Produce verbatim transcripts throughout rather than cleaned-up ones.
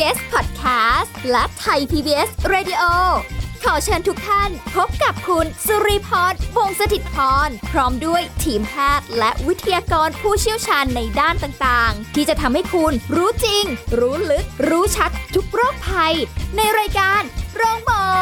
บี เอส Podcast และ Thai พี บี เอส Radio ขอเชิญทุกท่านพบกับคุณสุริพร วงศ์สถิตพรพร้อมด้วยทีมแพทย์และวิทยากรผู้เชี่ยวชาญในด้านต่างๆที่จะทำให้คุณรู้จริงรู้ลึกรู้ชัดทุกโรคภัยในรายการโรงหมอ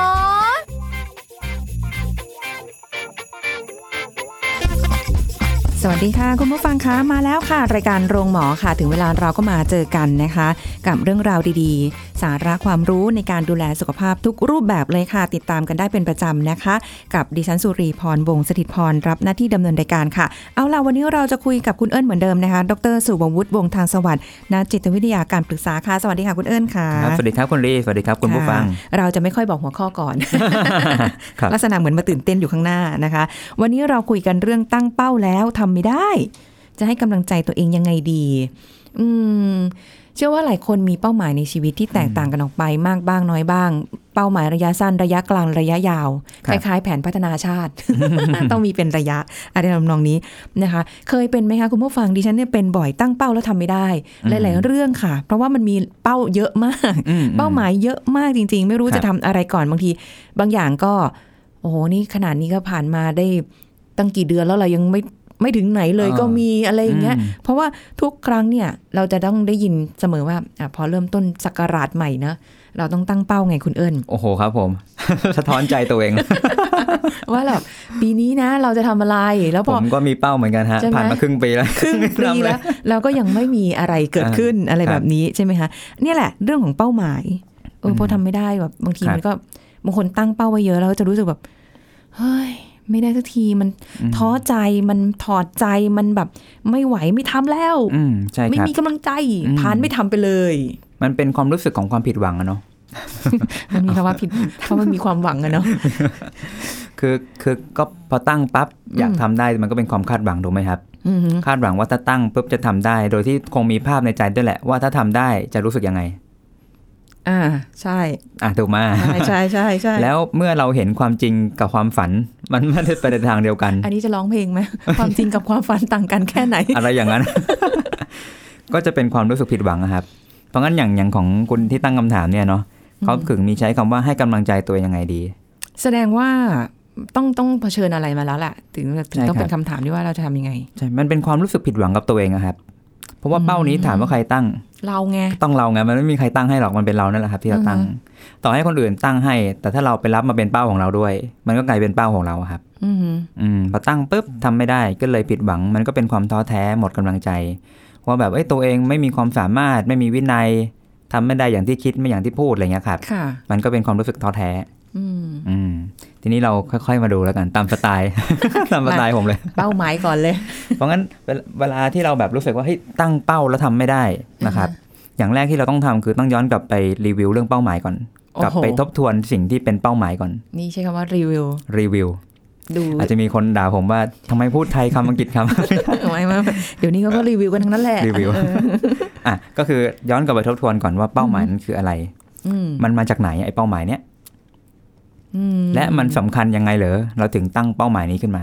สวัสดีค่ะคุณผู้ฟังคะมาแล้วค่ะรายการโรงหมอค่ะถึงเวลาเราก็มาเจอกันนะคะกับเรื่องราวดีๆสาระความรู้ในการดูแลสุขภาพทุกรูปแบบเลยค่ะติดตามกันได้เป็นประจำนะคะกับดิฉันสุรีพร วงศ์สถิตพรรับหน้าที่ดำเนินรายการค่ะเอาล่ะวันนี้เราจะคุยกับคุณเอิญเหมือนเดิมนะคะดร.สุวัฒน์วงศ์ทางสวัสดิ์นักจิตวิทยาการปรึกษาค่ะสวัสดีค่ะคุณเอิญค่ะสวัสดีครับคุณลีสวัสดีครับคุณผู้ฟังเราจะไม่ค่อยบอกหัวข้อก่อน ลักษณะเหมือนมาตื่นเต้นอยู่ข้างหน้านะคะวันนี้เราคุยกันเรื่องตั้งเป้าแล้วทำไม่ได้จะให้กำลังใจตัวเองยังไงดีอืมเชื่อว่าหลายคนมีเป้าหมายในชีวิตที่แตกต่างกันออกไปมากบ้างน้อยบ้างเป้าหมายระยะสั้นระยะกลางระยะยาวคล้ายๆแผนพัฒนาชาติ ต้องมีเป็นระยะอะไรทำนองนี้นะคะเคยเป็นไหมคะคุณผู้ฟังดิฉันเนี่ยเป็นบ่อยตั้งเป้าแล้วทำไม่ได้หลายๆเรื่องค่ะเพราะว่ามันมีเป้าเยอะมากเป้าหมายเยอะมากจริงๆไม่รู้จะทำอะไรก่อนบางทีบางอย่างก็โอ้โหนี่ขนาดนี้ก็ผ่านมาได้ตั้งกี่เดือนแล้วเรายังไม่ไม่ถึงไหนเลยก็มีอะไรอย่างเงี้ยเพราะว่าทุกครั้งเนี่ยเราจะต้องได้ยินเสมอว่าอ่ะพอเริ่มต้นศักราชใหม่นะเราต้องตั้งเป้าไงคุณเอิญโอ้โหครับผม สะท้อนใจตัวเองว่าแบบปีนี้นะเราจะทำอะไรแล้วพอผมก็มีเป้าเหมือนกันฮะผ่านมาครึ่งปีแล้วครึ่งปีแล้วเราก็ยังไม่มีอะไรเกิดขึ้นอะไรแบบนี้ใช่ไหมคะเนี่ยแหละเรื่องของเป้าหมายเออพอทำไม่ได้แบบบางทีมันก็บางคนตั้งเป้าไว้เยอะแล้วจะรู้สึกแบบเฮ้ยไม่ได้สักทีมันท้อใจมันถอดใจมันแบบไม่ไหวไม่ทำแล้วไม่มีกำลังใจผ่านไม่ทำไปเลยมันเป็นความรู้สึกของความผิดหวังอะเนาะมันมีคำว่าผิดเพราะมันมีความหวังอะเนาะคือคือก็พอตั้งปั๊บอยากทำได้มันก็เป็นความคาดหวังถูกไหมครับคาดหวังว่าถ้าตั้งปุ๊บจะทำได้โดยที่คงมีภาพในใจด้วยแหละว่าถ้าทำได้จะรู้สึกยังไงอ่าใช่อ่ะถูกมาใช่ใช่ใช่ใช่แล้วเมื่อเราเห็นความจริงกับความฝันมันไม่ได้ไปในทางเดียวกันอันนี้จะร้องเพลงไหม ความจริงกับความฝันต่างกันแค่ไหนอะไรอย่างนั้น ก็จะเป็นความรู้สึกผิดหวังนะครับเพราะงั้นอย่างอย่างของคุณที่ตั้งคำถามเนี่ยเนาะเขาถึงมีใช้คำว่าให้กำลังใจตัวเองยังไงดีแสดงว่าต้องต้องเผชิญอะไรมาแล้วแหละถึงถึงต้องเป็นคำถามที่ว่าเราจะทำยังไงใช่มันเป็นความรู้สึกผิดหวังกับตัวเองครับเพราะว่าเป้านี้ถามว่าใครตั้งเราไงต้องเราไงมันไม่มีใครตั้งให้หรอกมันเป็นเรานั่นแหละครับที่เราตั้งต่อให้คนอื่นตั้งให้แต่ถ้าเราไปรับมาเป็นเป้าของเราด้วยมันก็กลายเป็นเป้าของเราครับอืมอืมพอตั้งปุ๊บทำไม่ได้ก็เลยผิดหวังมันก็เป็นความท้อแท้หมดกำลังใจว่าแบบเอ้ยตัวเองไม่มีความสามารถไม่มีวินัยทำไม่ได้อย่างที่คิดไม่อย่างที่พูดอะไรเงี้ยครับมันก็เป็นความรู้สึกท้อแท้อืมอืมทีนี้เราค่อยๆมาดูแล้วกันตามสไตล์ ตามสไตล์ผมเลยเป้าหมายก่อนเลยเพราะงั้นเวลาที่เราแบบรู้สึกว่าเฮ้ยตั้งเป้าแล้วทำไม่ได้นะครับอย่างแรกที่เราต้องทำคือต้องย้อนกลับไปรีวิวเรื่องเป้าหมายก่อนกลับไปทบทวนสิ่งที่เป็นเป้าหมายก่อนนี่ใช้คำว่ารีวิวรีวิวดูอาจจะมีคนด่าผมว่าทำไมพูดไทยคำอังกฤษคำไม่ไม่เดี๋ยวนี้เขาก็รีวิวกันทั้งนั้นแหละรีวิวอ่ะก็คือย้อนกลับไปทบทวนก่อนว่าเป้าหมายนั้นคืออะไรมันมาจากไหนไอ้เป้าหมายเนี้ยและมันสำคัญยังไงเหรอเราถึงตั้งเป้าหมายนี้ขึ้นมา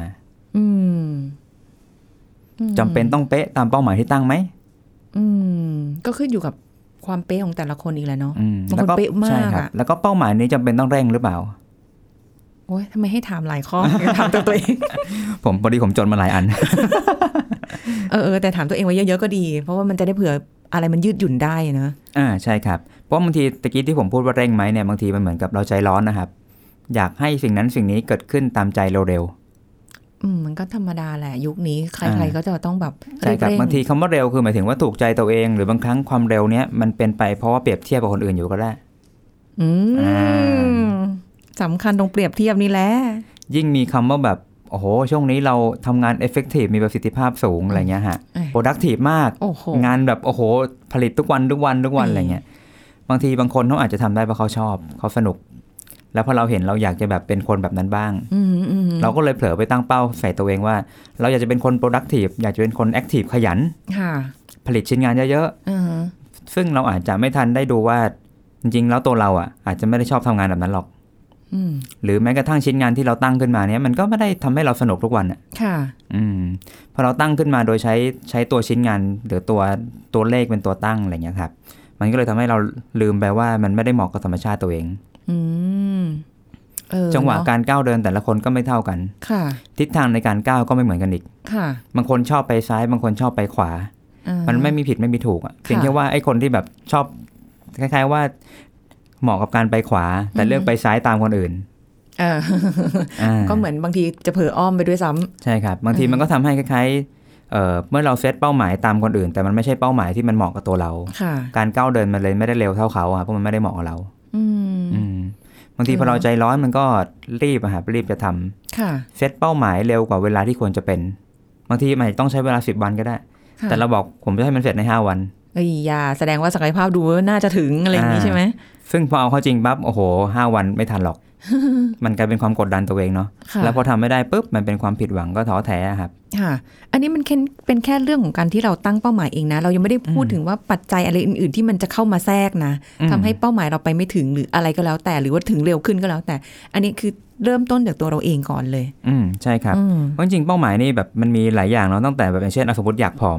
จำเป็นต้องเป๊ะตามเป้าหมายที่ตั้งไหมก็ขึ้นอยู่กับความเป๊ะของแต่ละคนอีกแหละเนาะบางคนเป๊ะมากอ่ะแล้วก็เป้าหมายนี้จำเป็นต้องเร่งหรือเปล่าโอ๊ยทำไมให้ถามหลายข้อ ถามตัวตัวเองผมพอดีผมจดมาหลายอันเออเออแต่ถามตัวเองไว้เยอะๆก็ดีเพราะว่ามันจะได้เผื่ออะไรมันยืดหยุ่นได้นะอ่าใช่ครับเพราะบางทีตะกี้ที่ผมพูดว่าเร่งไหมเนี่ยบางทีมันเหมือนกับเราใจร้อนนะครับอยากให้สิ่งนั้นสิ่งนี้เกิดขึ้นตามใจเร็วๆอืมมันก็ธรรมดาแหละยุคนี้ใครๆก็จะต้องแบบใช่ครับบางทีคำว่าเร็วคือหมายถึงว่าถูกใจตัวเองหรือบางครั้งความเร็วเนี้ยมันเป็นไปเพราะว่าเปรียบเทียบกับคนอื่นอยู่ก็ได้อืมสำคัญตรงเปรียบเทียบนี่แหละยิ่งมีคำว่าแบบโอ้โหช่วงนี้เราทำงาน effective มีประสิทธิภาพสูงอะไรเงี้ยฮะ productive มากงานแบบโอ้โหผลิตทุกวันทุกวันทุกวันอะไรเงี้ยบางทีบางคนเขาอาจจะทำได้เพราะเขาชอบเขาสนุกแล้วพอเราเห็นเราอยากจะแบบเป็นคนแบบนั้นบ้างเราก็เลยเผลอไปตั้งเป้าใส่ตัวเองว่าเราอยากจะเป็นคน productive อยากจะเป็นคน active ขยันผลิตชิ้นงานเยอะๆซึ่งเราอาจจะไม่ทันได้ดูว่าจริงๆแล้วตัวเราอ่ะอาจจะไม่ได้ชอบทำงานแบบนั้นหรอกหรือแม้กระทั่งชิ้นงานที่เราตั้งขึ้นมาเนี้ยมันก็ไม่ได้ทำให้เราสนุกทุกวันอ่ะค่ะอืมพอเราตั้งขึ้นมาโดยใช้ใช้ตัวชิ้นงานหรือตัวตัวเลขเป็นตัวตั้งอะไรเงี้ยครับมันก็เลยทำให้เราลืมไปว่ามันไม่ได้เหมาะกับธรรมชาติตัวเองอืมเออจังหวะการก้าวเดินแต่ละคนก็ไม่เท่ากันค่ะทิศทางในการก้าวก็ไม่เหมือนกันอีกค่ะบางคนชอบไปซ้ายบางคนชอบไปขวามันไม่มีผิดไม่มีถูกอ่ะเพียงแค่ว่าไอ้คนที่แบบชอบคล้ายๆว่าเหมาะกับการไปขวาแต่เลือกไปซ้ายตามคนอื่นก็เหมือนบางทีจะเผลออ้อมไปด้วยซ้ำใช่ครับบางทีมันก็ทำให้คล้ายๆเอ่อเมื่อเราเซตเป้าหมายตามคนอื่นแต่มันไม่ใช่เป้าหมายที่มันเหมาะกับตัวเราการก้าวเดินมันเลยไม่ได้เร็วเท่าเขาอ่ะเพราะมันไม่ได้เหมาะกับเราบางทีพอเราใจร้อนมันก็รีบอะครับรีบจะทำเซตเป้าหมายเร็วกว่าเวลาที่ควรจะเป็นบางทีมันต้องใช้เวลาสิบวันก็ได้แต่เราบอกผมจะให้มันเสร็จในห้าวันเอ้ยอย่าแสดงว่าศักยภาพดูน่าจะถึงอะไรอย่างนี้ใช่ไหมซึ่งพอเอาเข้าจริงปั๊บโอ้โหห้าวันไม่ทันหรอก มันกลายเป็นความกดดันตัวเองเนาะแล้วพอทำไม่ได้ปุ๊บมันเป็นความผิดหวังก็ท้อแท้ครับค่ะอันนี้มันเป็นแค่เรื่องของการที่เราตั้งเป้าหมายเองนะเรายังไม่ได้พูดถึงว่าปัจจัยอะไรอื่นๆที่มันจะเข้ามาแทรกนะทำให้เป้าหมายเราไปไม่ถึงหรืออะไรก็แล้วแต่หรือว่าถึงเร็วขึ้นก็แล้วแต่อันนี้คือเริ่มต้นจากตัวเราเองก่อนเลยอืมใช่ครับเพราะจริงเป้าหมายนี่แบบมันมีหลายอย่างเนาะตั้งแต่แบบอย่างเช่นสมมติอยากผอม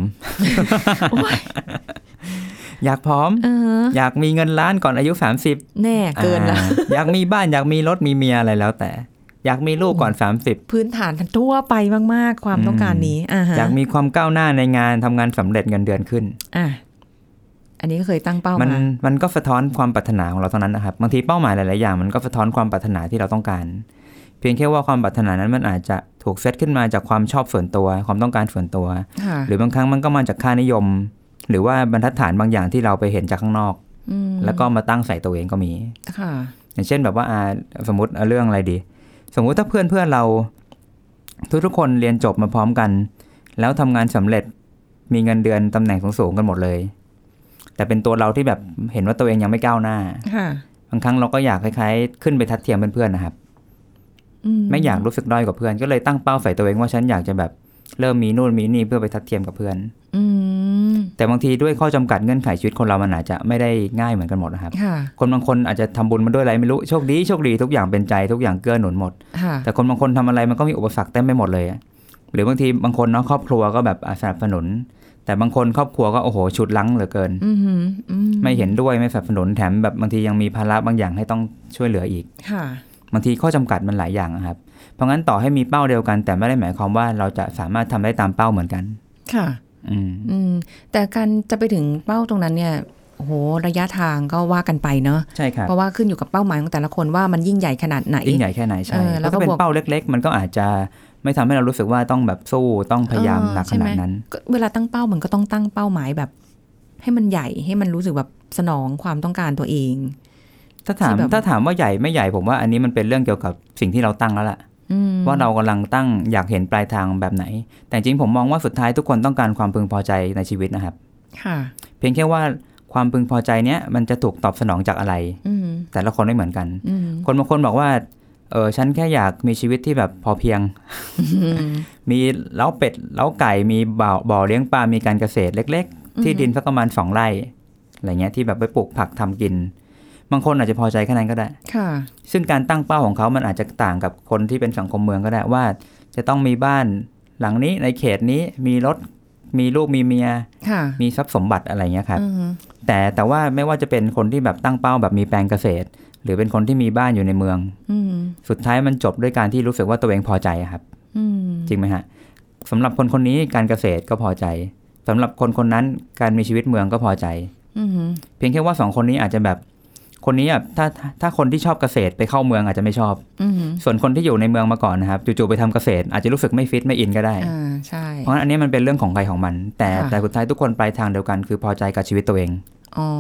อยากผอม uh-huh. อยากมีเงินล้านก่อนอายุสามสิบแน่เกินละอยากมีบ้านอยากมีรถมีเมียอะไรแล้วแต่อยากมีลูกก่อนสามสิบพื้นฐานทั่วไปมากๆความต้องการนี้ uh-huh. อยากมีความก้าวหน้าในงานทำงานสำเร็จเงินเดือนขึ้นอ่ะอันนี้ก็เคยตั้งเป้ามันมันก็สะท้อนความปรารถนาของเราเท่านั้นนะครับบางทีเป้าหมายหลายๆอย่างมันก็สะท้อนความปรารถนาที่เราต้องการเพียงแค่ว่าความปรารถนานั้นมันอาจจะถูกเซตขึ้นมาจากความชอบส่วนตัวความต้องการส่วนตัวหรือบางครั้งมันก็มาจากค่านิยมหรือว่าบรรทัดฐานบางอย่างที่เราไปเห็นจากข้างนอกแล้วก็มาตั้งใส่ตัวเองก็มีอย่างเช่นแบบว่าสมมติเรื่องอะไรดีสมมุติถ้าเพื่อนเพื่อนเราทุกๆคนเรียนจบมาพร้อมกันแล้วทำงานสำเร็จมีเงินเดือนตำแหน่งสูงๆกันหมดเลยแต่เป็นตัวเราที่แบบเห็นว่าตัวเองยังไม่ก้าวหน้าบางครั้งเราก็อยากคล้ายๆขึ้นไปทัดเทียมเพื่อนๆนะครับไม่อยากรู้สึกด้อยกว่าเพื่อนก็เลยตั้งเป้าใส่ตัวเองว่าฉันอยากจะแบบเริ่มมีนู่นมีนี่เพื่อไปทัดเทียมกับเพื่อนแต่บางทีด้วยข้อจำกัดเงื่อนไขชีวิตคนเรามันอาจจะไม่ได้ง่ายเหมือนกันหมดนะครับคนบางคนอาจจะทำบุญมาด้วยอะไรไม่รู้โชคดีโชคดีทุกอย่างเป็นใจทุกอย่างเกื้อหนุนหมดแต่คนบางคนทำอะไรมันก็มีอุปสรรคเต็มไปหมดเลยหรือบางทีบางคนเนาะครอบครัวก็แบบสนับสนุนแต่บางคนครอบครัวก็โอ้โหชุดลั้งเหลือเกินไม่เห็นด้วยไม่สนับสนุนแถมแบบบางทียังมีภาระบางอย่างให้ต้องช่วยเหลืออีกบางทีข้อจำกัดมันหลายอย่างครับเพราะงั้นต่อให้มีเป้าเดียวกันแต่ไม่ได้หมายความว่าเราจะสามารถทำได้ตามเป้าเหมือนกันค่ะอืมอืมแต่การจะไปถึงเป้าตรงนั้นเนี่ยโอ้โหระยะทางก็ว่ากันไปเนาะใช่ครับเพราะว่าขึ้นอยู่กับเป้าหมายของแต่ละคนว่ามันยิ่งใหญ่ขนาดไหนยิ่งใหญ่แค่ไหนใช่แล้วก็เป็นเป้าเล็กๆมันก็อาจจะไม่ทำให้เรารู้สึกว่าต้องแบบสู้ต้องพยายามหนักขนาดนั้นเวลาตั้งเป้ามันก็ต้องตั้งเป้าหมายแบบให้มันใหญ่ให้มันรู้สึกแบบสนองความต้องการตัวเองถ้าถามถ้าถามว่าใหญ่ไม่ใหญ่ผมว่าอันนี้มันเป็นเรื่องเกี่ยวกับสิ่งที่เราตั้งแล้วล่ะว่าเรากำลังตั้งอยากเห็นปลายทางแบบไหนแต่จริงผมมองว่าสุดท้ายทุกคนต้องการความพึงพอใจในชีวิตนะครับเพียงแค่ว่าความพึงพอใจเนี้ยมันจะถูกตอบสนองจากอะไรแต่ละคนไม่เหมือนกันคนบางคนบอกว่าเออฉันแค่อยากมีชีวิตที่แบบพอเพียง มีเล้าเป็ดเล้าไก่มีบ่อบ่อเลี้ยงปลามีการเกษตรเล็กๆที่ดินสักประมาณสองไร่อะไรเงี้ยที่แบบไปปลูกผักทำกินบางคนอาจจะพอใจแค่นั้นก็ได้ซึ่งการตั้งเป้าของเขามันอาจจะต่างกับคนที่เป็นสังคมเมืองก็ได้ว่าจะต้องมีบ้านหลังนี้ในเขตนี้มีรถมีลูกมีเมียมีทรัพย์สมบัติอะไรเงี้ยครับแต่แต่ว่าไม่ว่าจะเป็นคนที่แบบตั้งเป้าแบบมีแปลงเกษตรหรือเป็นคนที่มีบ้านอยู่ในเมืองสุดท้ายมันจบด้วยการที่รู้สึกว่าตัวเองพอใจครับจริงไหมฮะสำหรับคนคนนี้การเกษตรก็พอใจสำหรับคนคนนั้นการมีชีวิตเมืองก็พอใจเพียงแค่ว่าสองคนนี้อาจจะแบบคนนี้อ่ะถ้าถ้าคนที่ชอบเกษตรไปเข้าเมืองอาจจะไม่ชอบส่วนคนที่อยู่ในเมืองมาก่อนนะครับจู่ๆไปทำเกษตรอาจจะรู้สึกไม่ฟิตไม่อินก็ได้เพราะฉะนั้นอันนี้มันเป็นเรื่องของใครของมันแต่แต่สุดท้ายทุกคนปลายทางเดียวกันคือพอใจกับชีวิตตัวเองอ๋อ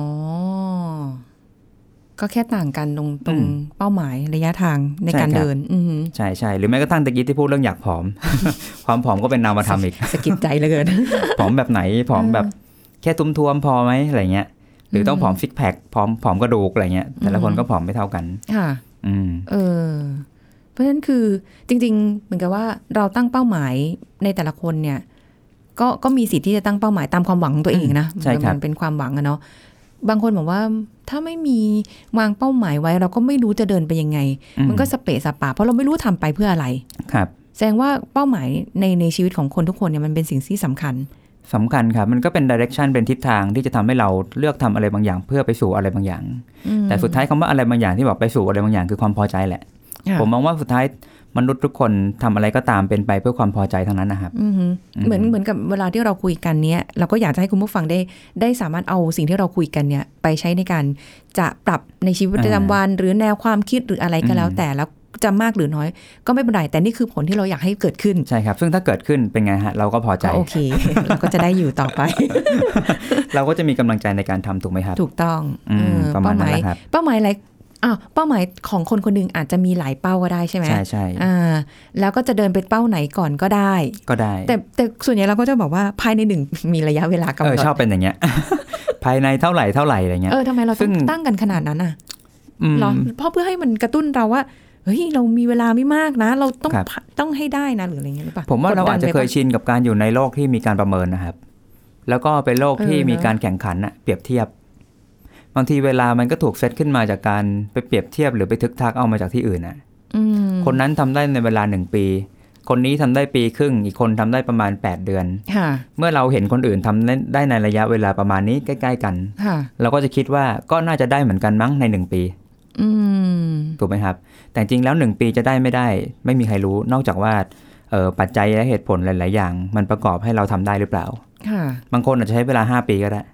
ก็แค่ต่างกันตรงตรงเป้าหมายระยะทางในการเดินใช่ใช่หรือแม้กระทั่งตะกี้ที่พูดเรื่องอยากผอม ความผอมก็เป็นนามธรรมอีกสะกิดใจเหลือเกินผอมแบบไหนผอมแบบแค่ตุ้มท้วมพอไหมอะไรเงี้ยหรือต้องผอมซิกแพคผอมผอมกระดูกอะไรเงี้ยแต่ละคนก็ผอมไม่เท่ากันค่ะอืมเออเพราะฉะนั้นคือจริงๆเหมือนกับว่าเราตั้งเป้าหมายในแต่ละคนเนี่ยก็ก็มีสิทธิ์ที่จะตั้งเป้าหมายตามความหวังของตัวเองนะใช่ครับมันเป็นความหวังอะเนาะบางคนบอกว่าถ้าไม่มีวางเป้าหมายไว้เราก็ไม่รู้จะเดินไปยังไงมันก็สเปะสปะเพราะเราไม่รู้ทำไปเพื่ออะไรครับแสดงว่าเป้าหมายในในชีวิตของคนทุกคนเนี่ยมันเป็นสิ่งที่สำคัญสำคัญครับมันก็เป็น direction เป็นทิศทางที่จะทำให้เราเลือกทำอะไรบางอย่างเพื่อไปสู่อะไรบางอย่างแต่สุดท้ายคำว่าอะไรบางอย่างที่บอกไปสู่อะไรบางอย่างคือความพอใจแหละผมมองว่าสุดท้ายมนุษย์ทุกคนทำอะไรก็ตามเป็นไปเพื่อความพอใจทั้งนั้นนะครับเหมือนเหมือนกับเวลาที่เราคุยกันเนี้ยเราก็อยากจะให้คุณผู้ฟังได้ได้สามารถเอาสิ่งที่เราคุยกันเนี่ยไปใช้ในการจะปรับในชีวิตประจำวันหรือแนวความคิดหรืออะไรก็แล้วแต่แล้วจะมากหรือน้อยก็ไม่เป็นไรแต่นี่คือผลที่เราอยากให้เกิดขึ้นใช่ครับซึ่งถ้าเกิดขึ้นเป็นไงฮะเราก็พอใจโอเค เราก็จะได้อยู่ต่อไปเราก็จะมีกำลังใจในการทำถูกไหมครับถูกต้องประมาณนั้นครับเป้าหมายอะไรอ้าวเป้าหมายของคนคนนึงอาจจะมีหลายเป้าก็ได้ใช่ไหมใช่ใช่อ่าแล้วก็จะเดินไปเป้าไหนก่อนก็ได้ก็ได้แต่แต่ส่วนใหญ่เราก็จะบอกว่าภายในหนึ่งมีระยะเวลากำหนดเออชอบเป็นอย่างเงี้ย ภายในเท่าไหร่เท่าไหร่อะไรเงี้ยเออทำไมเราต้องตั้งกันขนาดนั้นอ่ะหรอเพราะเพื่อให้มันกระตุ้นเราว่าเฮ้ยเรามีเวลาไม่มากนะเราต้องต้องให้ได้นะหรืออะไรเงี้ยหรือเปล่าผมว่าเราอาจจะเคยชินกับการอยู่ในโลกที่มีการประเมินนะครับแล้วก็เป็นโลกที่มีการแข่งขันอะเปรียบเทียบบางทีเวลามันก็ถูกเซตขึ้นมาจากการไปเปรียบเทียบหรือไปทึกทักเอามาจากที่อื่นอะคนนั้นทำได้ในเวลาหนึ่งปีคนนี้ทำได้ปีครึ่งอีกคนทำได้ประมาณแปดเดือนเมื่อเราเห็นคนอื่นทำได้ในระยะเวลาประมาณนี้ใกล้ๆกันเราก็จะคิดว่าก็น่าจะได้เหมือนกันมั้งในหนึ่งปีถูกไหมครับแต่จริงแล้วหนึ่งปีจะได้ไม่ได้ไม่มีใครรู้นอกจากว่าเอ่อปัจจัยและเหตุผลหลายๆอย่างมันประกอบให้เราทำได้หรือเปล่าบางคนอาจจะใช้เวลาห้าปีก็ได้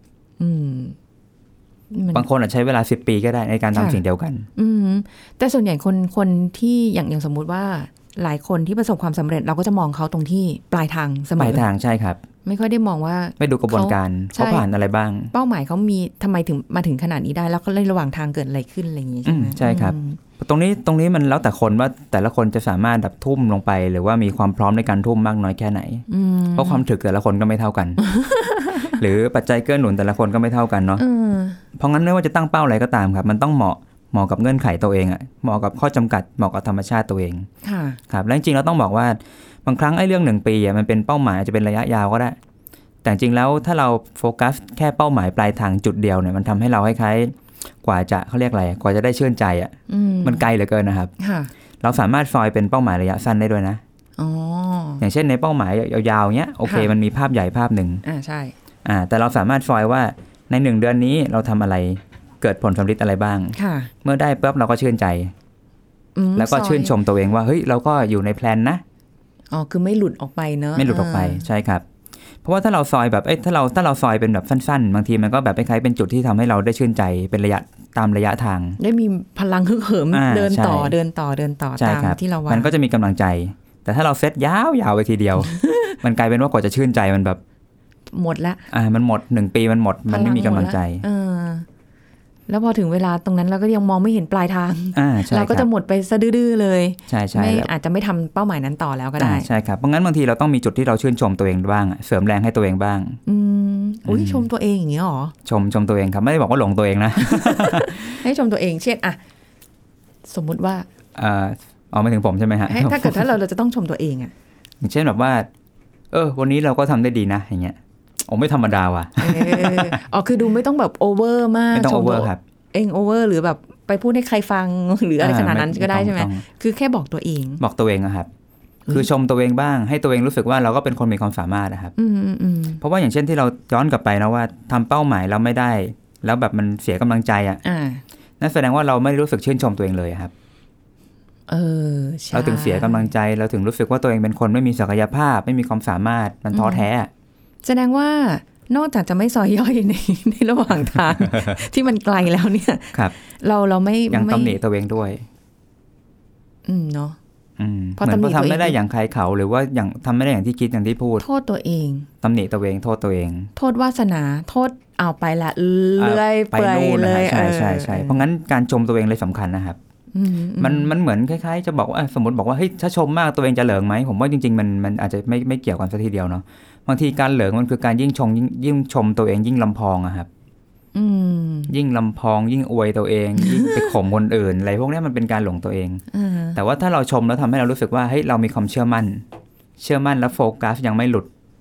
บางคนอาจจะใช้เวลาสิบปีก็ได้ในการทำสิ่งเดียวกันแต่ส่วนใหญ่คนคนที่อย่างอย่างสมมุติว่าหลายคนที่ประสบความสำเร็จเราก็จะมองเขาตรงที่ปลายทางเสมอปลายทางใช่ครับไม่ค่อยได้มองว่าไม่ดูกระบวนการเขาผ่านอะไรบ้างเป้าหมายเขามีทำไมถึงมาถึงขนาดนี้ได้แล้วก็ในระหว่างทางเกิดอะไรขึ้นอะไรอย่างนี้ใช่ไหมใช่ครับตรงนี้ตรงนี้มันแล้วแต่คนว่าแต่ละคนจะสามารถดับทุ่มลงไปหรือว่ามีความพร้อมในการทุ่มมากน้อยแค่ไหนเพราะความถึกแต่ละคนก็ไม่เท่ากัน หรือปัจจัยเกื้อหนุนแต่ละคนก็ไม่เท่ากันเนาะเพราะงั้นไม่ว่าจะตั้งเป้าอะไรก็ตามครับมันต้องเหมาะเหมาะกับเงื่อนไขตัวเองอะเหมาะกับข้อจำกัดเหมาะกับธรรมชาติตัวเองครับและจริงๆเราต้องบอกว่าบางครั้งไอ้เรื่องหนึ่งปีอะมันเป็นเป้าหมายอาจจะเป็นระยะยาวก็ได้แต่จริงแล้วถ้าเราโฟกัสแค่เป้าหมายปลายทางจุดเดียวเนี่ยมันทำให้เราคล้ายๆกว่าจะเขาเรียกอะไรกว่าจะได้ชื่นใจอ่ะมันไกลเหลือเกินนะครับเราสามารถซอยเป็นเป้าหมายระยะสั้นได้ด้วยนะอ๋ออย่างเช่นในเป้าหมายยาวๆเนี้ยโอเคมันมีภาพใหญ่ภาพหนึ่งอ่าใช่อ่าแต่เราสามารถซอยว่าในหนึ่งเดือนนี้เราทำอะไรเกิดผลสำเร็จอะไรบ้างเมื่อได้ปุ๊บเราก็ชื่นใจแล้วก็ชื่นชมตัวเองว่าเฮ้ยเราก็อยู่ในแพลนนะอ๋อคือไม่หลุดออกไปเนอะไม่หลุดออกไปใช่ครับเพราะว่าถ้าเราซอยแบบเอ้ยถ้าเราถ้าเราซอยเป็นแบบสั้นๆบางทีมันก็แบบคล้ายๆเป็นจุดที่ทำให้เราได้ชื่นใจเป็นระยะตามระยะทางได้มีพลังฮึกเหิมเดินต่อเดินต่อเดินต่อตามที่เราวางมันก็จะมีกำลังใจแต่ถ้าเราเซตยาวๆไปทีเดียว มันกลายเป็นว่ากว่าจะชื่นใจมันแบบหมดละอ่ามันหมดหนึ่งปีมันหมดมันไม่มีกำลังใจแล้วพอถึงเวลาตรงนั้นเราก็ยังมองไม่เห็นปลายทางเราก็จะหมดไปซะดื้อๆเลยใช่ใช่อาจจะไม่ทำเป้าหมายนั้นต่อแล้วก็ได้ใช่ครับเพราะงั้นบางทีเราต้องมีจุดที่เราชื่นชมตัวเองบ้างเสริมแรงให้ตัวเองบ้างอืมอุ้ยชมตัวเองอย่างนี้หรอชมชมตัวเองครับไม่ได้บอกว่าหลงตัวเองนะให้ชมตัวเองเช่นอะสมมุติว่าเอ่อเอาไม่ถึงผมใช่ไหมฮะถ้าเกิดถ้าเราเราจะต้องชมตัวเองอะอย่างเช่นแบบว่าเออวันนี้เราก็ทำได้ดีนะอย่างเงี้ยโอ้ไม่ธรรมดาว่ะอ๋อคือดูไม่ต้องแบบโอเวอร์มากไม่ต้องโอเวอร์ครับเองโอเวอร์หรือแบบไปพูดให้ใครฟังหรืออะไรขนาดนั้นก็ได้ใช่ไหมคือแค่บอกตัวเองบอกตัวเองนะครับคือชมตัวเองบ้างให้ตัวเองรู้สึกว่าเราก็เป็นคนมีความสามารถนะครับเพราะว่าอย่างเช่นที่เราย้อนกลับไปนะว่าทำเป้าหมายแล้วไม่ได้แล้วแบบมันเสียกำลังใจอ่ะนั่นแสดงว่าเราไม่รู้สึกชื่นชมตัวเองเลยครับเออเราถึงเสียกำลังใจเราถึงรู้สึกว่าตัวเองเป็นคนไม่มีศักยภาพไม่มีความสามารถมันท้อแท้แสดงว่านอกจากจะไม่ซอยย่อยในในระหว่างทาง ที่มันไกลแล้วเนี่ยเราเราไม่ยังตำหนิตัวเองด้วยอืมเนาะเพราะเหมือนทำไม่ได้อย่างใครเขาหรือว่าอย่างทำไม่ได้อย่างที่คิดอย่างที่พูดโทษตัวเองตำหนิตัวเองโทษตัวเองโทษวาสนาโทษเอาไปละเลื่อยไปเลยใช่ใช่ใช่เพราะงั้นการชมตัวเองเลยสำคัญนะครับมันมันเหมือนคล้ายๆจะบอกว่าสมมติบอกว่าเฮ้ยถ้าชมมากตัวเองจะเหลิงไหมผมว่าจริงๆมันมันอาจจะไม่ไม่เกี่ยวกันซะทีเดียวเนาะบางทีการเหลิงมันคือการยิ่งชมยิ่งยิ่งชมตัวเองยิ่งลำพองอะครับยิ่งลำพองยิ่งอวยตัวเองยิ่งไปข่มคนอื่นอะไรพวกนี้มันเป็นการหลงตัวเองแต่ว่าถ้าเราชมแล้วทำให้เรารู้สึกว่าเฮ้ยเรามีความเชื่อมั่นเชื่อมั่นแล้วโฟกัสยังไม่หลุด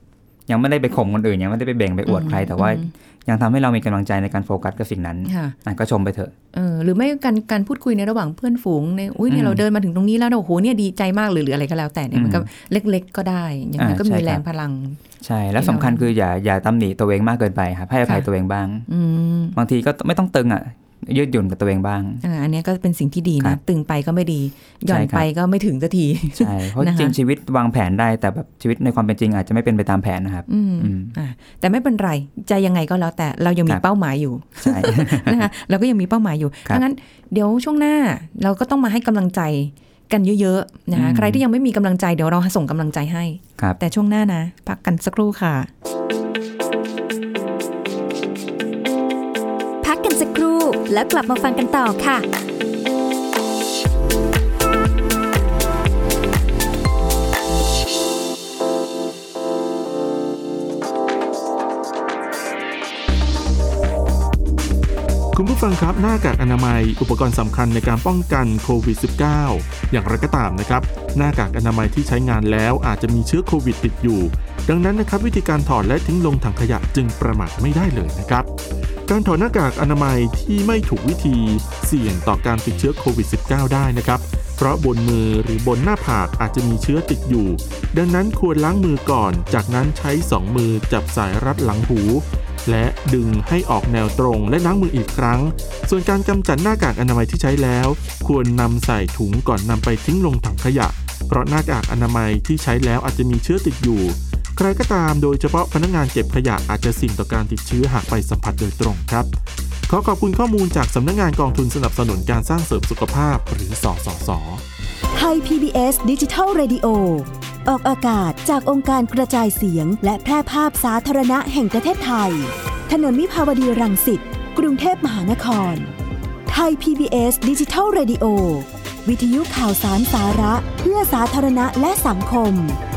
ยังไม่ได้ไปข่มคนอื่นยังไม่ได้ไปเบ่งไปอวดใครแต่ว่ายังทำให้เรามีกำลังใจในการโฟกัสกับสิ่งนั้นก็ชมไปเถอะเออหรือไม่การการพูดคุยในระหว่างเพื่อนฝูงในอุ้ยเนี่ยเราเดินมาถึงตรงนี้แล้วโอ้โหเนี่ยดีใจมากหรืออะไรก็แล้วแต่เนี่ยมันก็เล็กๆก็ได้อย่างนั้นก็มีแรงพลังใช่แล้วสำคัญคืออย่าอย่าตำหนิตัวเองมากเกินไปครับให้อภัยตัวเองบ้างบางทีก็ไม่ต้องตึงอ่ะยืดหยุ่นกับตัวเองบ้างอันนี้ก็เป็นสิ่งที่ดีนะตึงไปก็ไม่ดีหย่อนไปก็ไม่ถึงสักทีใช่เพราะจริงชีวิตวางแผนได้แต่แบบชีวิตในความเป็นจริงอาจจะไม่เป็นไปตามแผนนะครับแต่ไม่เป็นไรจะยังไงก็แล้วแต่เรายังมีเป้าหมายอยู่ใช่นะคะเราก็ยังมีเป้าหมายอยู่ดังนั้นเดี๋ยวช่วงหน้าเราก็ต้องมาให้กำลังใจกันเยอะๆนะคะใครที่ยังไม่มีกำลังใจเดี๋ยวเราส่งกำลังใจให้แต่ช่วงหน้านะพักกันสักครู่ค่ะพักกันสักครู่แล้วกลับมาฟังกันต่อค่ะคุณผู้ฟังครับหน้ากากอนามัยอุปกรณ์สำคัญในการป้องกันโควิด สิบเก้า อย่างไรก็ตามนะครับหน้ากากอนามัยที่ใช้งานแล้วอาจจะมีเชื้อโควิดติดอยู่ดังนั้นนะครับวิธีการถอดและทิ้งลงถังขยะจึงประมาทไม่ได้เลยนะครับการถอดหน้ากากอนามัยที่ไม่ถูกวิธีเสี่ยงต่อการติดเชื้อโควิด สิบเก้า ได้นะครับเพราะบนมือหรือบนหน้าผากอาจจะมีเชื้อติดอยู่ดังนั้นควรล้างมือก่อนจากนั้นใช้สองมือจับสายรัดหลังหูและดึงให้ออกแนวตรงและล้างมืออีกครั้งส่วนการกำจัดหน้ากากอนามัยที่ใช้แล้วควรนำใส่ถุงก่อนนำไปทิ้งลงถังขยะเพราะหน้ากากอนามัยที่ใช้แล้วอาจจะมีเชื้อติดอยู่ใครก็ตามโดยเฉพาะพนักงานเก็บขยะอาจจะเสี่ยงต่อการติดเชื้อหากไปสัมผัสโดยตรงครับขอขอบคุณข้อมูลจากสำนักงานกองทุนสนับสนุนการสร้างเสริมสุขภาพหรือสสส. ไทย พี บี เอส Digital Radio ออกอากาศจากองค์การกระจายเสียงและแพร่ภาพสาธารณะแห่งประเทศไทยถนนวิภาวดีรังสิตกรุงเทพมหานครไทย พี บี เอส Digital Radio วิทยุข่าวสารสาระเพื่อสาธารณะและสังคม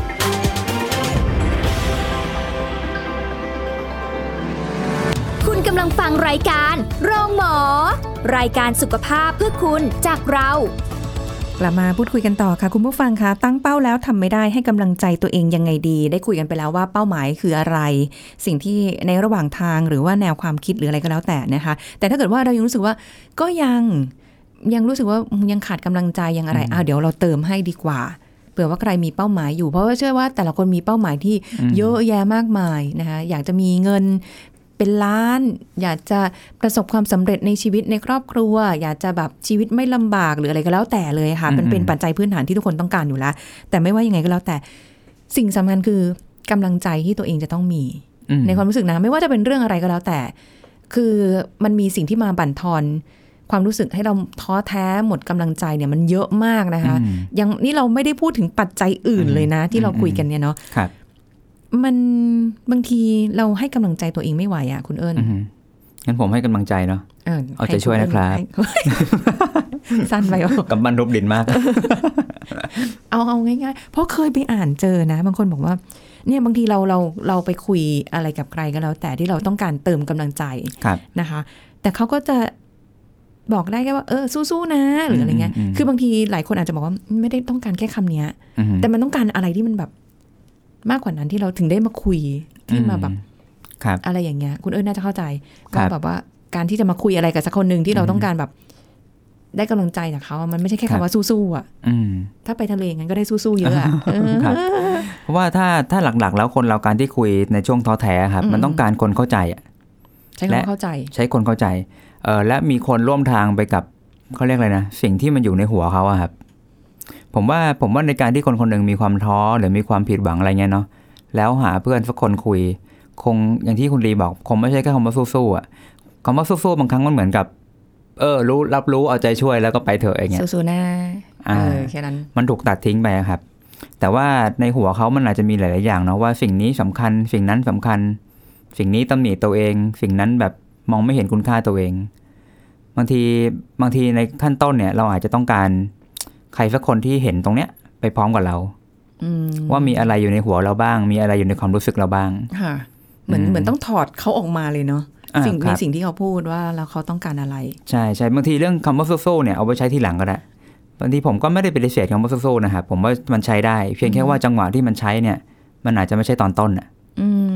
คุณกำลังฟังรายการโรงหมอรายการสุขภาพเพื่อคุณจากเรากลับมาพูดคุยกันต่อค่ะคุณผู้ฟังคะตั้งเป้าแล้วทำไม่ได้ให้กำลังใจตัวเองยังไงดีได้คุยกันไปแล้วว่าเป้าหมายคืออะไรสิ่งที่ในระหว่างทางหรือว่าแนวความคิดหรืออะไรก็แล้วแต่นะคะแต่ถ้าเกิดว่าเรายังรู้สึกว่าก็ยังยังรู้สึกว่ายังขาดกำลังใจยังอะไรอ่ะเดี๋ยวเราเติมให้ดีกว่าเผื่อว่าใครมีเป้าหมายอยู่เพราะว่าเชื่อว่าแต่ละคนมีเป้าหมายที่เยอะแยะมากมายนะคะอยากจะมีเงินเป็นล้านอยากจะประสบความสำเร็จในชีวิตในครอบครัวอยากจะแบบชีวิตไม่ลำบากหรืออะไรก็แล้วแต่เลยค่ะมันเป็นปัจจัยพื้นฐานที่ทุกคนต้องการอยู่แล้วแต่ไม่ว่ายังไงก็แล้วแต่สิ่งสำคัญคือกำลังใจที่ตัวเองจะต้องมีในความรู้สึกนะไม่ว่าจะเป็นเรื่องอะไรก็แล้วแต่คือมันมีสิ่งที่มาบั่นทอนความรู้สึกให้เราท้อแท้หมดกำลังใจเนี่ยมันเยอะมากนะคะยังนี่เราไม่ได้พูดถึงปัจจัยอื่นเลยนะที่เราคุยกันเนี่ยเนาะมันบางทีเราให้กำลังใจตัวเองไม่ไหวอ่ะคุณเอิญงั้นผมให้กำลังใจเนาะเอาใจช่วยนะครับสั้นไปอ่ะกำบันรบดินมากเอาเอาง่ายๆเพราะเคยไปอ่านเจอนะบางคนบอกว่าเนี่ยบางทีเราเราเราไปคุยอะไรกับใครก็แล้วแต่ที่เราต้องการเติมกำลังใจนะคะแต่เขาก็จะบอกได้แค่ว่าเออสู้ๆนะหรืออะไรเงี้ยคือบางทีหลายคนอาจจะบอกว่าไม่ได้ต้องการแค่คำนี้แต่มันต้องการอะไรที่มันแบบมากกว่านั้นที่เราถึงได้มาคุยที่มาแบบอะไรอย่างเงี้ยคุณเอิญน่าจะเข้าใจว่าแบบว่าการที่จะมาคุยอะไรกับสักคนหนึ่งที่เราต้องการแบบได้กำลังใจจากเขามันไม่ใช่แค่คำว่าสู้ๆอ่ะถ้าไปทะเลงั้นก็ได้สู้ๆเยอะอ่ะเพราะว่าถ้าถ้าหลักๆแล้วคนเราการที่คุยในช่วงท้อแท้ครับมันต้องการคนเข้าใจอ่ะใช้คนเข้าใจใช้คนเข้าใจเออและมีคนร่วมทางไปกับเขาเรียกอะไรนะสิ่งที่มันอยู่ในหัวเขาอะครับผมว่าผมว่าในการที่คนคนหนึ่งมีความท้อหรือมีความผิดหวังอะไรเงี้ยเนาะแล้วหาเพื่อนสักคนคุยคงอย่างที่คุณลีบอกคงไม่ใช่แค่คำว่าสู้ๆอ่ะคำว่าสู้ๆบางครั้งมันเหมือนกับเออรู้รับรู้เอาใจช่วยแล้วก็ไปเถอะอย่างเงี้ยสู้ๆนะเออแค่นั้นมันถูกตัดทิ้งไปครับแต่ว่าในหัวเขามันอาจจะมีหลายๆอย่างเนาะว่าสิ่งนี้สำคัญสิ่งนั้นสำคัญสิ่งนี้ตำหนิตัวเองสิ่งนั้นแบบมองไม่เห็นคุณค่าตัวเองบางทีบางทีในขั้นต้นเนี่ยเราอาจจะต้องการใครสักคนที่เห็นตรงเนี้ยไปพร้อมกับเราว่ามีอะไรอยู่ในหัวเราบ้างมีอะไรอยู่ในความรู้สึกเราบ้างค่ะเหมือนเหมือนต้องถอดเขาออกมาเลยเนาะสิ่งในสิ่งที่เขาพูดว่าแล้วเขาต้องการอะไรใช่ใช่บางทีเรื่องคำว่าสู้ๆเนี่ยเอาไปใช้ทีหลังก็ได้บางทีผมก็ไม่ได้ปฏิเสธคำว่าสู้ๆนะครับผมว่ามันใช้ได้เพียงแค่ว่าจังหวะที่มันใช้เนี่ยมันอาจจะไม่ใช่ตอนต้นอ่ะ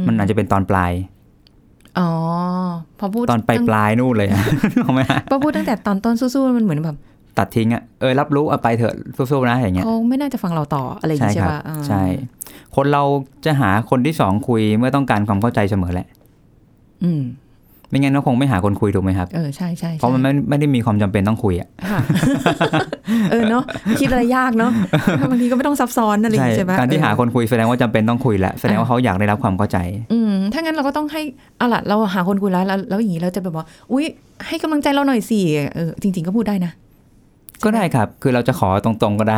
มันอาจจะเป็นตอนปลายอ๋อพอพูดตอนปลายปลายนู่นเลยถูกไหมพอพูดตั้งแต่ตอนต้นสู้ๆมันเหมือนแบบตัดทิ้งอ่ะเออรับรู้เอาไปเถอะสู้ๆนะอย่างเงี้ยเขาไม่น่าจะฟังเราต่ออะไรอย่างเงี้ยใช่ป่ะใช่คนเราจะหาคนที่สองคุยเมื่อต้องการความเข้าใจเสมอแหละอืมไม่งั้นก็คงไม่หาคนคุยถูกไหมครับเออใช่ใช่เพราะมันไม่ไม่ได้มีความจำเป็นต้องคุยอ่ะเออเนาะคิดอะไรยากเนาะบางทีก็ไม่ต้องซับซ้อนอะไรใช่ไหมการที่หาคนคุยแสดงว่าจำเป็นต้องคุยแหละแสดงว่าเขาอยากได้รับความเข้าใจอืมถ้างั้นเราก็ต้องให้เอาล่ะเราหาคนคุยแล้วแล้วอย่างนี้เราจะแบบว่าอุ๊ยให้กำลังใจเราหน่อยสิเออจริงๆก็พูดได้นะก็ได้ครับคือเราจะขอตรงๆก็ได้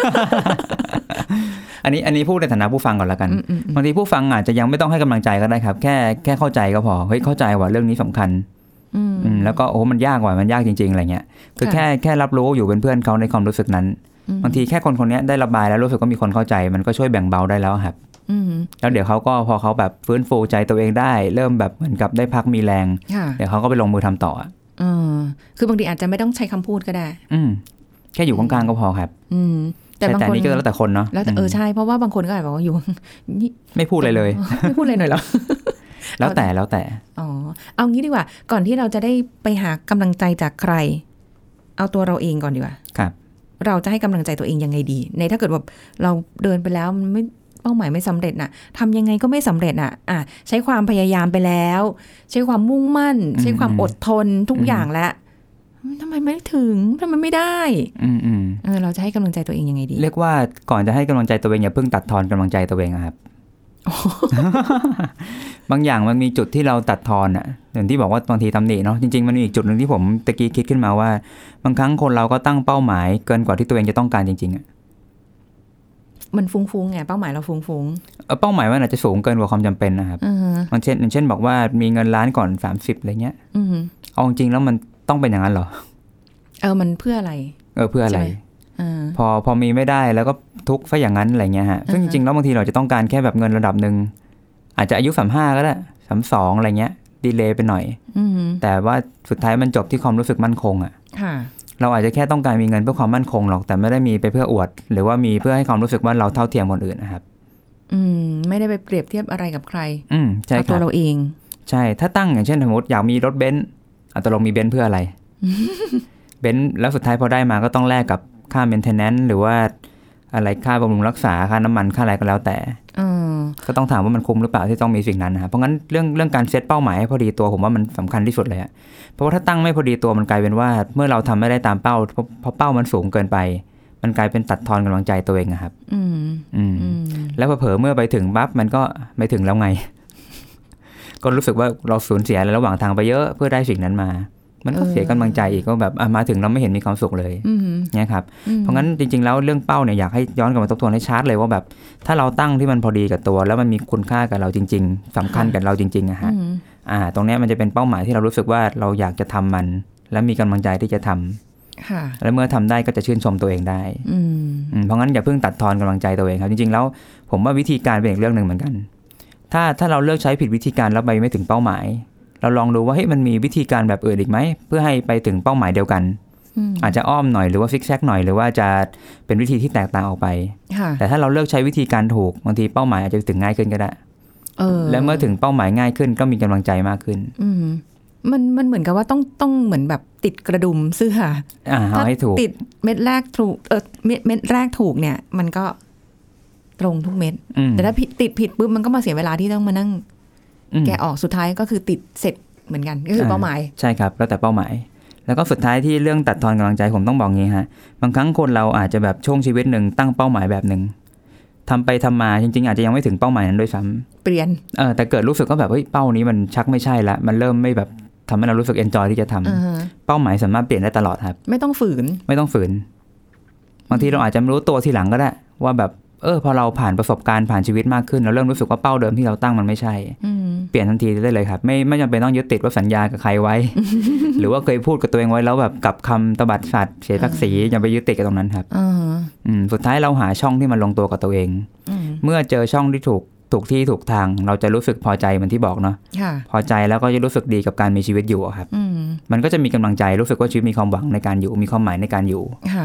อันนี้อันนี้พูดในฐานะผู้ฟังก่อนละกันบางทีผู้ฟังอาจจะยังไม่ต้องให้กำลังใจก็ได้ครับแค่แค่เข้าใจก็พอเฮ้ยเข้าใจว่าเรื่องนี้สำคัญแล้วก็โอ้มันยากกว่ามันยากจริงๆอะไรเงี้ยคือแค่แค่รับรู้อยู่เป็นเพื่อนเขาในความรู้สึกนั้นบางทีแค่คนคนนี้ได้ระบายแล้วรู้สึกว่ามีคนเข้าใจมันก็ช่วยแบ่งเบาได้แล้วครับแล้วเดี๋ยวเขาก็พอเขาแบบฟื้นฟูใจตัวเองได้เริ่มแบบเหมือนกับได้พักมีแรงเดี๋ยวเขาก็ไปลงมือทำต่ออืมคือบางทีอาจจะไม่ต้องใช้คำพูดก็ได้อืมแค่อยู่ข้างๆก็พอครับอืมแต่บางคนนี่ก็แล้วแต่คนเนาะแล้วเออใช่เพราะว่าบางคนก็อาจจะบอกว่าอยู่ไม่พูดเลยเลยไม่พูดเลยหน่อยหรอแล้วแต่แล้วแต่อ๋อเอางี้ดีกว่าก่อนที่เราจะได้ไปหากำลังใจจากใครเอาตัวเราเองก่อนดีกว่าครับเราจะให้กำลังใจตัวเองยังไงดีในถ้าเกิดว่าเราเดินไปแล้วมันไม่เป้าหมายไม่สำเร็จน่ะทำยังไงก็ไม่สำเร็จน่ะอ่ะใช้ความพยายามไปแล้วใช้ความมุ่งมั่นใช้ความอดทนทุกอย่างแล้วทำไมไม่ถึงทำไมไม่ได้อืมอืมเออเราจะให้กำลังใจตัวเองยังไงดีเรียกว่าก่อนจะให้กำลังใจตัวเองอย่าเพิ่งตัดทอนกำลังใจตัวเองครับ บางอย่างมันมีจุดที่เราตัดทอนอ่ะอย่างที่บอกว่าบางทีตำหนิเนาะจริงๆมันมีอีกจุดนึงที่ผมตะกี้คิดขึ้นมาว่าบางครั้งคนเราก็ตั้งเป้าหมายเกินกว่าที่ตัวเองจะต้องการจริงๆอ่ะมันฟุ้งๆไงเป้าหมายเราฟุ้งๆเออเป้าหมายมันอาจจะสูงเกินกว่าความจำเป็นนะครับมันเช่นอย่างเช่นบอกว่ามีเงินล้านก่อนสามสิบอะไรเงี้ยเอาจริงๆแล้วมันต้องเป็นอย่างนั้นเหรอเออมันเพื่ออะไรเออเพื่ออะไรพอพอมีไม่ได้แล้วก็ทุกข์ซะอย่างนั้นอะไรเงี้ยฮะซึ่งจริงๆแล้วบางทีเราจะต้องการแค่แบบเงินระดับนึงอาจจะอายุสามสิบห้าก็ได้สามสิบสองอะไรเงี้ยดีเลย์ไปหน่อยแต่ว่าสุดท้ายมันจบที่ความรู้สึกมั่นคงอ่ะเราอาจจะแค่ต้องการมีเงินเพื่อความมั่นคงหรอกแต่ไม่ได้มีไปเพื่ออวดหรือว่ามีเพื่อให้ความรู้สึกว่าเราเท่าเทียมคนอื่นนะครับอืมไม่ได้ไปเปรียบเทียบอะไรกับใครอืมใช่ครับตัวเราเองใช่ถ้าตั้งอย่างเช่นสมมติอยากมีรถเบนซ์อัตโนมัติมีเบนซ์เพื่ออะไร เบนซ์แล้วสุดท้ายพอได้มาก็ต้องแลกกับค่า maintenance หรือว่าอะไรค่าบำรุงรักษาค่าน้ำมันค่าอะไรก็แล้วแต่ก็ต้องถามว่ามันคุ้มหรือเปล่าที่ต้องมีสิ่งนั้นนะครับเพราะงั้นเรื่องเรื่องการเซตเป้าหมายให้พอดีตัวผมว่ามันสำคัญที่สุดเลยอะเพราะว่าถ้าตั้งไม่พอดีตัวมันกลายเป็นว่าเมื่อเราทำไม่ได้ตามเป้าเพราะเป้ามันสูงเกินไปมันกลายเป็นตัดทอนกำลังใจตัวเองครับอืมอืมแล้วเผลอเมื่อไปถึงปั๊บมันก็ไม่ถึงแล้วไง ก็รู้สึกว่าเราสูญเสียอะไรระหว่างทางไปเยอะเพื่อได้สิ่งนั้นมามันก็เสียกำลังใจอีกก็แบบมาถึงเราไม่เห็นมีความสุขเลยเนี่ยครับเพราะงั้นจริงๆแล้วเรื่องเป้าเนี่ยอยากให้ย้อนกลับมาทบทวนให้ชัดเลยว่าแบบถ้าเราตั้งที่มันพอดีกับตัวแล้วมันมีคุณค่ากับเราจริงๆสำคัญกับเราจริงๆอะฮะอ่าตรงนี้มันจะเป็นเป้าหมายที่เรารู้สึกว่าเราอยากจะทำมันและมีกำลังใจที่จะทำและเมื่อทำได้ก็จะชื่นชมตัวเองได้เพราะงั้นอย่าเพิ่งตัดทอนกำลังใจตัวเองครับจริงๆแล้วผมว่าวิธีการเป็นอีกเรื่องนึงเหมือนกันถ้าถ้าเราเลือกใช้ผิดวิธีการแล้วไปไม่ถึงเป้าหมายเราลองดูว่าเฮ้ยมันมีวิธีการแบบอื่นอีกไหมเพื่อให้ไปถึงเป้าหมายเดียวกันอาจจะอ้อมหน่อยหรือว่าซิกแซกหน่อยหรือว่าจะเป็นวิธีที่แตกต่างออกไปแต่ถ้าเราเลือกใช้วิธีการถูกบางทีเป้าหมายอาจจะถึงง่ายขึ้นก็ได้และเมื่อถึงเป้าหมายง่ายขึ้นก็มีกำลังใจมากขึ้นมันมันเหมือนกับว่าต้องต้องเหมือนแบบติดกระดุมเสื้อถ้าให้ถูกติดเม็ดแรกถูกเออเม็ดเม็ดแรกถูกเนี่ยมันก็ตรงทุกเม็ดแต่ถ้าติดผิดปุ๊บมันก็มาเสียเวลาที่ต้องมานั่งแกะออกสุดท้ายก็คือติดเสร็จเหมือนกันก็คือเป้าหมายใช่ครับแล้วแต่เป้าหมายแล้วก็สุดท้ายที่เรื่องตัดทอนกำลังใจผมต้องบอกงี้ฮะบางครั้งคนเราอาจจะแบบช่วงชีวิตหนึ่งตั้งเป้าหมายแบบหนึ่งทำไปทำมาจริงๆอาจจะยังไม่ถึงเป้าหมายนั้นด้วยซ้ำเปลี่ยนเออแต่เกิดรู้สึกก็แบบเฮ้ยเป้านี้มันชักไม่ใช่ละมันเริ่มไม่แบบทำให้เรารู้สึกเอนจอยที่จะทำ uh-huh. เป้าหมายสามารถเปลี่ยนได้ตลอดครับไม่ต้องฝืนไม่ต้องฝืนบางทีเราอาจจะไม่รู้ตัวทีหลังก็ได้ว่าแบบเออพอเราผ่านประสบการณ์ผ่านชีวิตมากขึ้นเราเริ่มรู้สึกว่าเป้าเดิมที่เราตั้งมันไม่ใช่เปลี่ยนทันทีได้เลยครับไม่ไม่จำเป็นต้องยึดติดว่าสัญญากับใครไว้ หรือว่าเคยพูดกับตัวเองไว้แล้วแบบกับคำตบัดสัตว์เสียศักดิ์ศรีอย่าไปยึดติดกับตรงนั้นครับสุดท้ายเราหาช่องที่มันลงตัวกับตัวเองเมื่อเจอช่องที่ถูกถูกที่ถูกทางเราจะรู้สึกพอใจเหมือนที่บอกเนาะพอใจแล้วก็จะรู้สึกดีกับการมีชีวิตอยู่ครับมันก็จะมีกำลังใจรู้สึกว่าชีวิตมีความหวังในการอยู่มีความหมายในการอยู่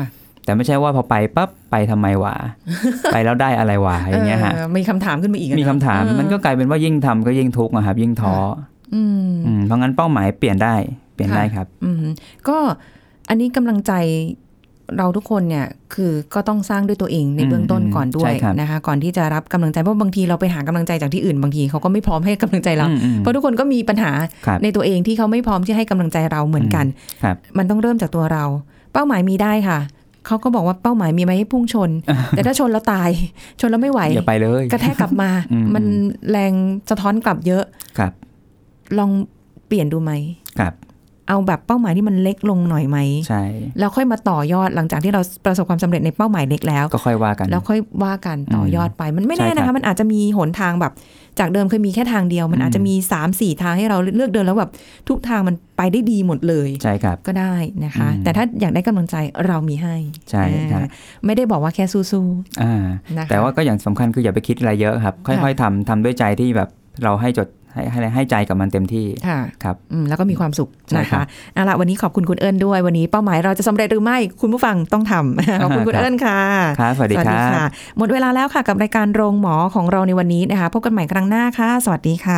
แต่ไม่ใช่ว่าพอไปปั๊บไปทำไมวะ ไปแล้วได้อะไรวะอย่างเงี้ยฮะมีคำถามขึ้นมาอีกมีคำถามมันก็กลายเป็นว่ายิ่งทำก็ยิ่งทุกข์นะครับยิ่งท้อเพราะงั้นเป้าหมายเปลี่ยนได้เปลี่ยนได้ครับก็อันนี้กำลังใจเราทุกคนเนี่ยคือก็ต้องสร้างด้วยตัวเองในเบื้องต้นก่อนด้วยนะคะก่อนที่จะรับกำลังใจเพราะบางทีเราไปหากำลังใจจากที่อื่นบางทีเขาก็ไม่พร้อมให้กำลังใจเราเพราะทุกคนก็มีปัญหาในตัวเองที่เขาไม่พร้อมที่ให้กำลังใจเราเหมือนกันมันต้องเริ่มจากตัวเราเป้าหมายมีได้ค่ะเขาก็บอกว่าเป้าหมายมีไหมให้พุ่งชน แต่ถ้าชนแล้วตายชนแล้วไม่ไหวอย่าไปเลยกระแทกกลับมามันแรงสะท้อนกลับเยอะครับลองเปลี่ยนดูไหมครับเอาแบบเป้าหมายที่มันเล็กลงหน่อยไหมใช่แล้วค่อยมาต่อยอดหลังจากที่เราประสบความสำเร็จในเป้าหมายเล็กแล้วก็ค่อยว่ากันแล้วค่อยว่ากันต่อยอดไปมันไม่แน่นะคะมันอาจจะมีหนทางแบบจากเดิมเคยมีแค่ทางเดียวมันอาจจะมี สามสี่ ทางให้เราเลือกเดินแล้วแบบทุกทางมันไปได้ดีหมดเลยใช่ครับก็ได้นะคะแต่ถ้าอยากได้กำลังใจเรามีให้ใช่ครับไม่ได้บอกว่าแค่สู้ๆอ่าแต่ว่าก็อย่างสำคัญคืออย่าไปคิดอะไรเยอะครับค่อยๆทำทำด้วยใจที่แบบเราให้จดให้ให้ให้ใจกับมันเต็มที่ครับแล้วก็มีความสุขนะคะเอาล่ะวันนี้ขอบคุณคุณเอิญด้วยวันนี้เป้าหมายเราจะสำเร็จหรือไม่คุณผู้ฟังต้องทำขอบคุณคุณเอิญค่ะครับสวัสดีค่ะหมดเวลาแล้วค่ะกับรายการโรงหมอของเราในวันนี้นะคะพบกันใหม่ครั้งหน้าค่ะสวัสดีค่ะ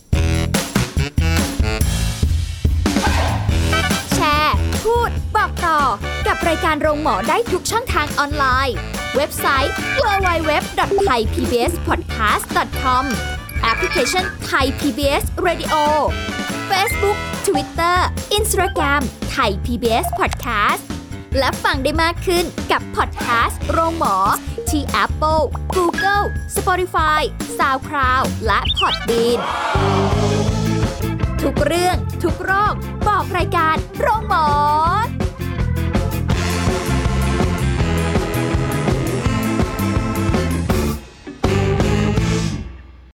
แชร์พูดบอกต่อกับรายการโรงหมอได้ทุกช่องทางออนไลน์เว็บไซต์ ดับเบิลยู ดับเบิลยู ดับเบิลยู ดอท ไทย พี บี เอส พอดแคสต์ ดอท คอม แอปพลิเคชัน Thai พี บี เอส Radio Facebook Twitter Instagram Thai พี บี เอส Podcast และฟังได้มากขึ้นกับพอดแคสต์โรงหมอที่ Apple, Google, Spotify, SoundCloud และ Podbean ทุกเรื่องทุกโรคบอกรายการโรงหมอ